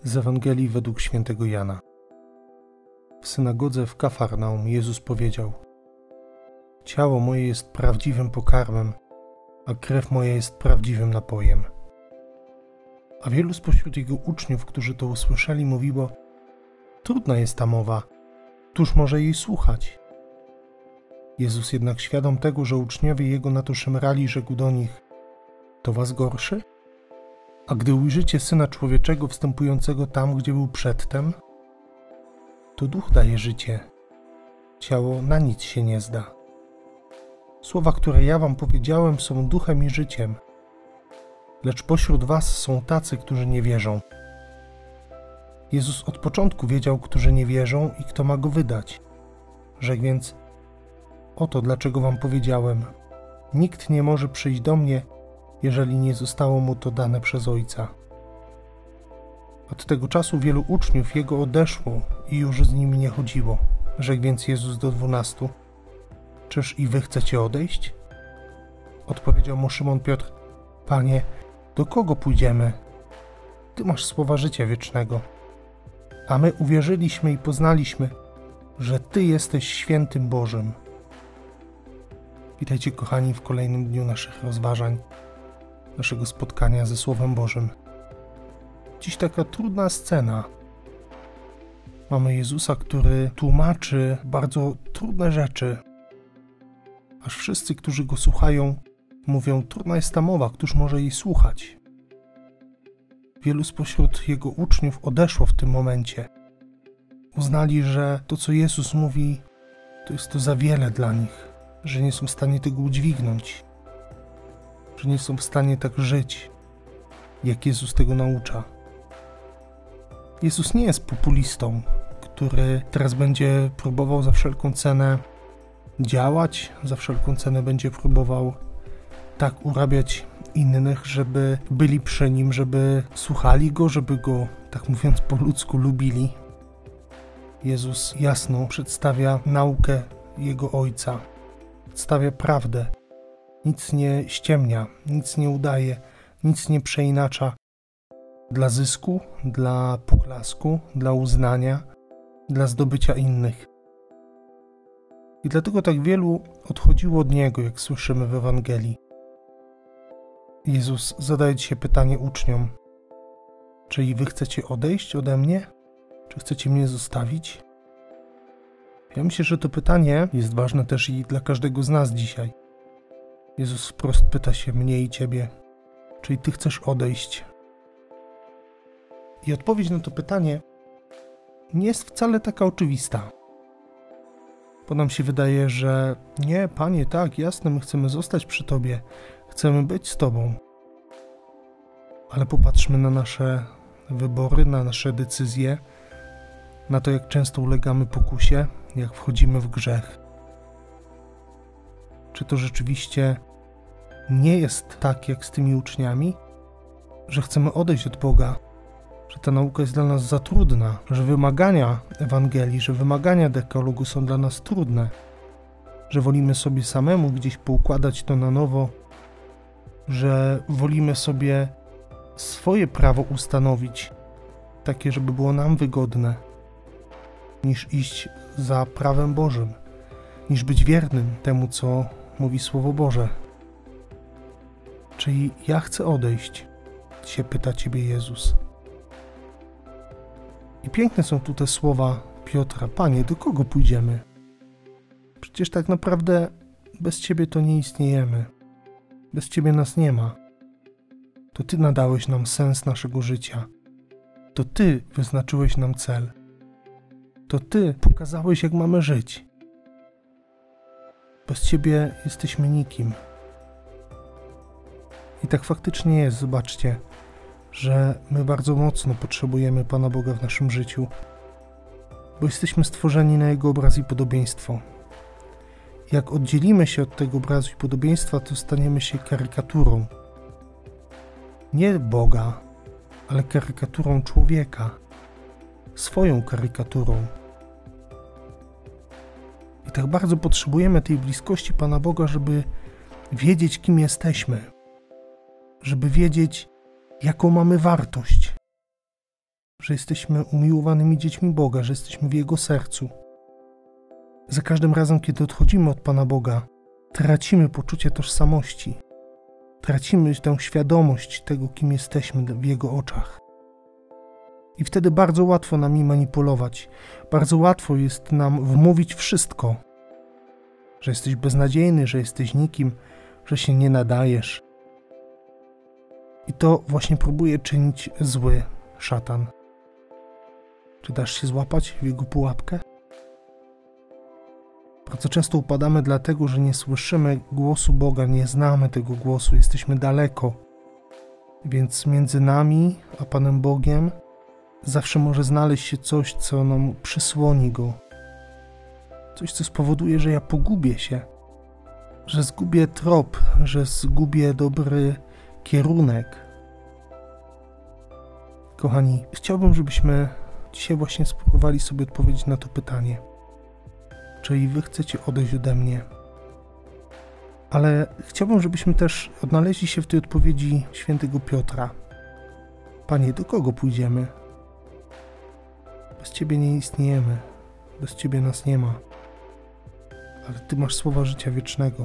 Z Ewangelii według świętego Jana. W synagodze w Kafarnaum Jezus powiedział: Ciało moje jest prawdziwym pokarmem, a krew moja jest prawdziwym napojem. A wielu spośród Jego uczniów, którzy to usłyszeli, mówiło: Trudna jest ta mowa, któż może jej słuchać? Jezus jednak, świadom tego, że uczniowie Jego na to szemrali, rzekł do nich: To was gorszy? A gdy ujrzycie Syna Człowieczego wstępującego tam, gdzie był przedtem, to duch daje życie, ciało na nic się nie zda. Słowa, które ja wam powiedziałem, są duchem i życiem, lecz pośród was są tacy, którzy nie wierzą. Jezus od początku wiedział, którzy nie wierzą i kto ma Go wydać. Rzekł więc: Oto dlaczego wam powiedziałem, nikt nie może przyjść do mnie, jeżeli nie zostało mu to dane przez Ojca. Od tego czasu wielu uczniów Jego odeszło i już z Nim nie chodziło. Rzekł więc Jezus do 12: Czyż i wy chcecie odejść? Odpowiedział mu Szymon Piotr: Panie, do kogo pójdziemy? Ty masz słowa życia wiecznego. A my uwierzyliśmy i poznaliśmy, że Ty jesteś Świętym Bożym. Witajcie, kochani, w kolejnym dniu naszych rozważań, naszego spotkania ze Słowem Bożym. Dziś taka trudna scena. Mamy Jezusa, który tłumaczy bardzo trudne rzeczy. Aż wszyscy, którzy Go słuchają, mówią: trudna jest ta mowa, któż może jej słuchać? Wielu spośród Jego uczniów odeszło w tym momencie. Uznali, że to, co Jezus mówi, to jest to za wiele dla nich, że nie są w stanie tego udźwignąć, że nie są w stanie tak żyć, jak Jezus tego naucza. Jezus nie jest populistą, który teraz będzie próbował za wszelką cenę działać, za wszelką cenę będzie próbował tak urabiać innych, żeby byli przy Nim, żeby słuchali Go, żeby Go, tak mówiąc po ludzku, lubili. Jezus jasno przedstawia naukę Jego Ojca, przedstawia prawdę, nic nie ściemnia, nic nie udaje, nic nie przeinacza dla zysku, dla poklasku, dla uznania, dla zdobycia innych. I dlatego tak wielu odchodziło od Niego, jak słyszymy w Ewangelii. Jezus zadaje dzisiaj pytanie uczniom: czy i wy chcecie odejść ode mnie? Czy chcecie mnie zostawić? Ja myślę, że to pytanie jest ważne też i dla każdego z nas dzisiaj. Jezus wprost pyta się mnie i ciebie: czy i ty chcesz odejść? I odpowiedź na to pytanie nie jest wcale taka oczywista. Bo nam się wydaje, że nie, Panie, tak, jasne, my chcemy zostać przy Tobie, chcemy być z Tobą. Ale popatrzmy na nasze wybory, na nasze decyzje, na to, jak często ulegamy pokusie, jak wchodzimy w grzech. Czy to rzeczywiście nie jest tak, jak z tymi uczniami, że chcemy odejść od Boga, że ta nauka jest dla nas za trudna, że wymagania Ewangelii, że wymagania dekalogu są dla nas trudne, że wolimy sobie samemu gdzieś poukładać to na nowo, że wolimy sobie swoje prawo ustanowić, takie, żeby było nam wygodne, niż iść za prawem Bożym, niż być wiernym temu, co mówi Słowo Boże. Czyli ja chcę odejść, się pyta Ciebie Jezus. I piękne są tu te słowa Piotra: Panie, do kogo pójdziemy? Przecież tak naprawdę bez Ciebie to nie istniejemy. Bez Ciebie nas nie ma. To Ty nadałeś nam sens naszego życia. To Ty wyznaczyłeś nam cel. To Ty pokazałeś, jak mamy żyć. Bez Ciebie jesteśmy nikim. I tak faktycznie jest, zobaczcie, że my bardzo mocno potrzebujemy Pana Boga w naszym życiu, bo jesteśmy stworzeni na Jego obraz i podobieństwo. Jak oddzielimy się od tego obrazu i podobieństwa, to staniemy się karykaturą. Nie Boga, ale karykaturą człowieka. Swoją karykaturą. I tak bardzo potrzebujemy tej bliskości Pana Boga, żeby wiedzieć, kim jesteśmy. Żeby wiedzieć, jaką mamy wartość. że jesteśmy umiłowanymi dziećmi Boga, że jesteśmy w Jego sercu. Za każdym razem, kiedy odchodzimy od Pana Boga, tracimy poczucie tożsamości. Tracimy tę świadomość tego, kim jesteśmy w Jego oczach. I wtedy bardzo łatwo nami manipulować. Bardzo łatwo jest nam wmówić wszystko. Że jesteś beznadziejny, że jesteś nikim, że się nie nadajesz. I to właśnie próbuje czynić zły szatan. Czy dasz się złapać w jego pułapkę? Bardzo często upadamy dlatego, że nie słyszymy głosu Boga, nie znamy tego głosu, jesteśmy daleko. Więc między nami a Panem Bogiem zawsze może znaleźć się coś, co nam przysłoni Go. Coś, co spowoduje, że ja pogubię się, że zgubię trop, że zgubię dobry kierunek. Kochani, chciałbym, żebyśmy dzisiaj właśnie spróbowali sobie odpowiedzieć na to pytanie. Czyli wy chcecie odejść ode mnie? Ale chciałbym, żebyśmy też odnaleźli się w tej odpowiedzi świętego Piotra. Panie, do kogo pójdziemy? Bez Ciebie nie istniejemy. Bez Ciebie nas nie ma. Ale Ty masz słowa życia wiecznego.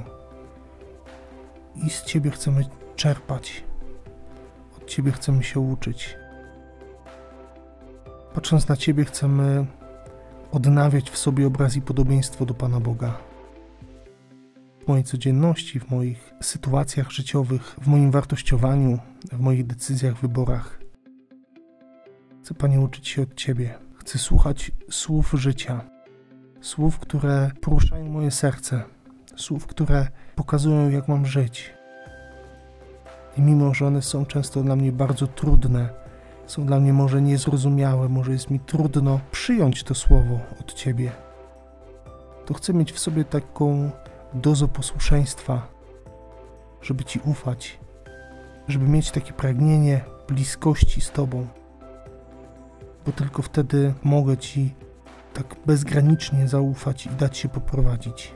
I z Ciebie chcemy czerpać. Od Ciebie chcemy się uczyć. Patrząc na Ciebie chcemy odnawiać w sobie obraz i podobieństwo do Pana Boga. W mojej codzienności, w moich sytuacjach życiowych, w moim wartościowaniu, w moich decyzjach, wyborach. Chcę, Panie, uczyć się od Ciebie. Chcę słuchać słów życia. Słów, które poruszają moje serce. Słów, które pokazują, jak mam żyć. I mimo, że one są często dla mnie bardzo trudne, są dla mnie może niezrozumiałe, może jest mi trudno przyjąć to słowo od Ciebie, to chcę mieć w sobie taką dozę posłuszeństwa, żeby Ci ufać, żeby mieć takie pragnienie bliskości z Tobą, bo tylko wtedy mogę Ci tak bezgranicznie zaufać i dać się poprowadzić.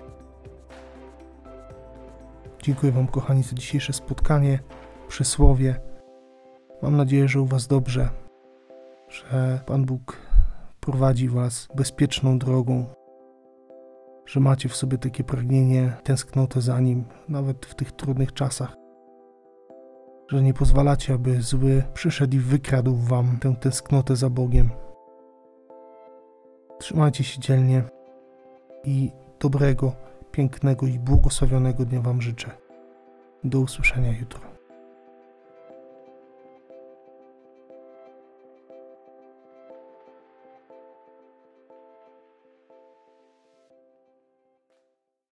Dziękuję Wam, kochani, za dzisiejsze spotkanie przy Słowie. Mam nadzieję, że u Was dobrze, że Pan Bóg prowadzi Was bezpieczną drogą, że macie w sobie takie pragnienie, tęsknotę za Nim, nawet w tych trudnych czasach, że nie pozwalacie, aby zły przyszedł i wykradł Wam tę tęsknotę za Bogiem. Trzymajcie się dzielnie i dobrego, pięknego i błogosławionego dnia Wam życzę. Do usłyszenia jutro.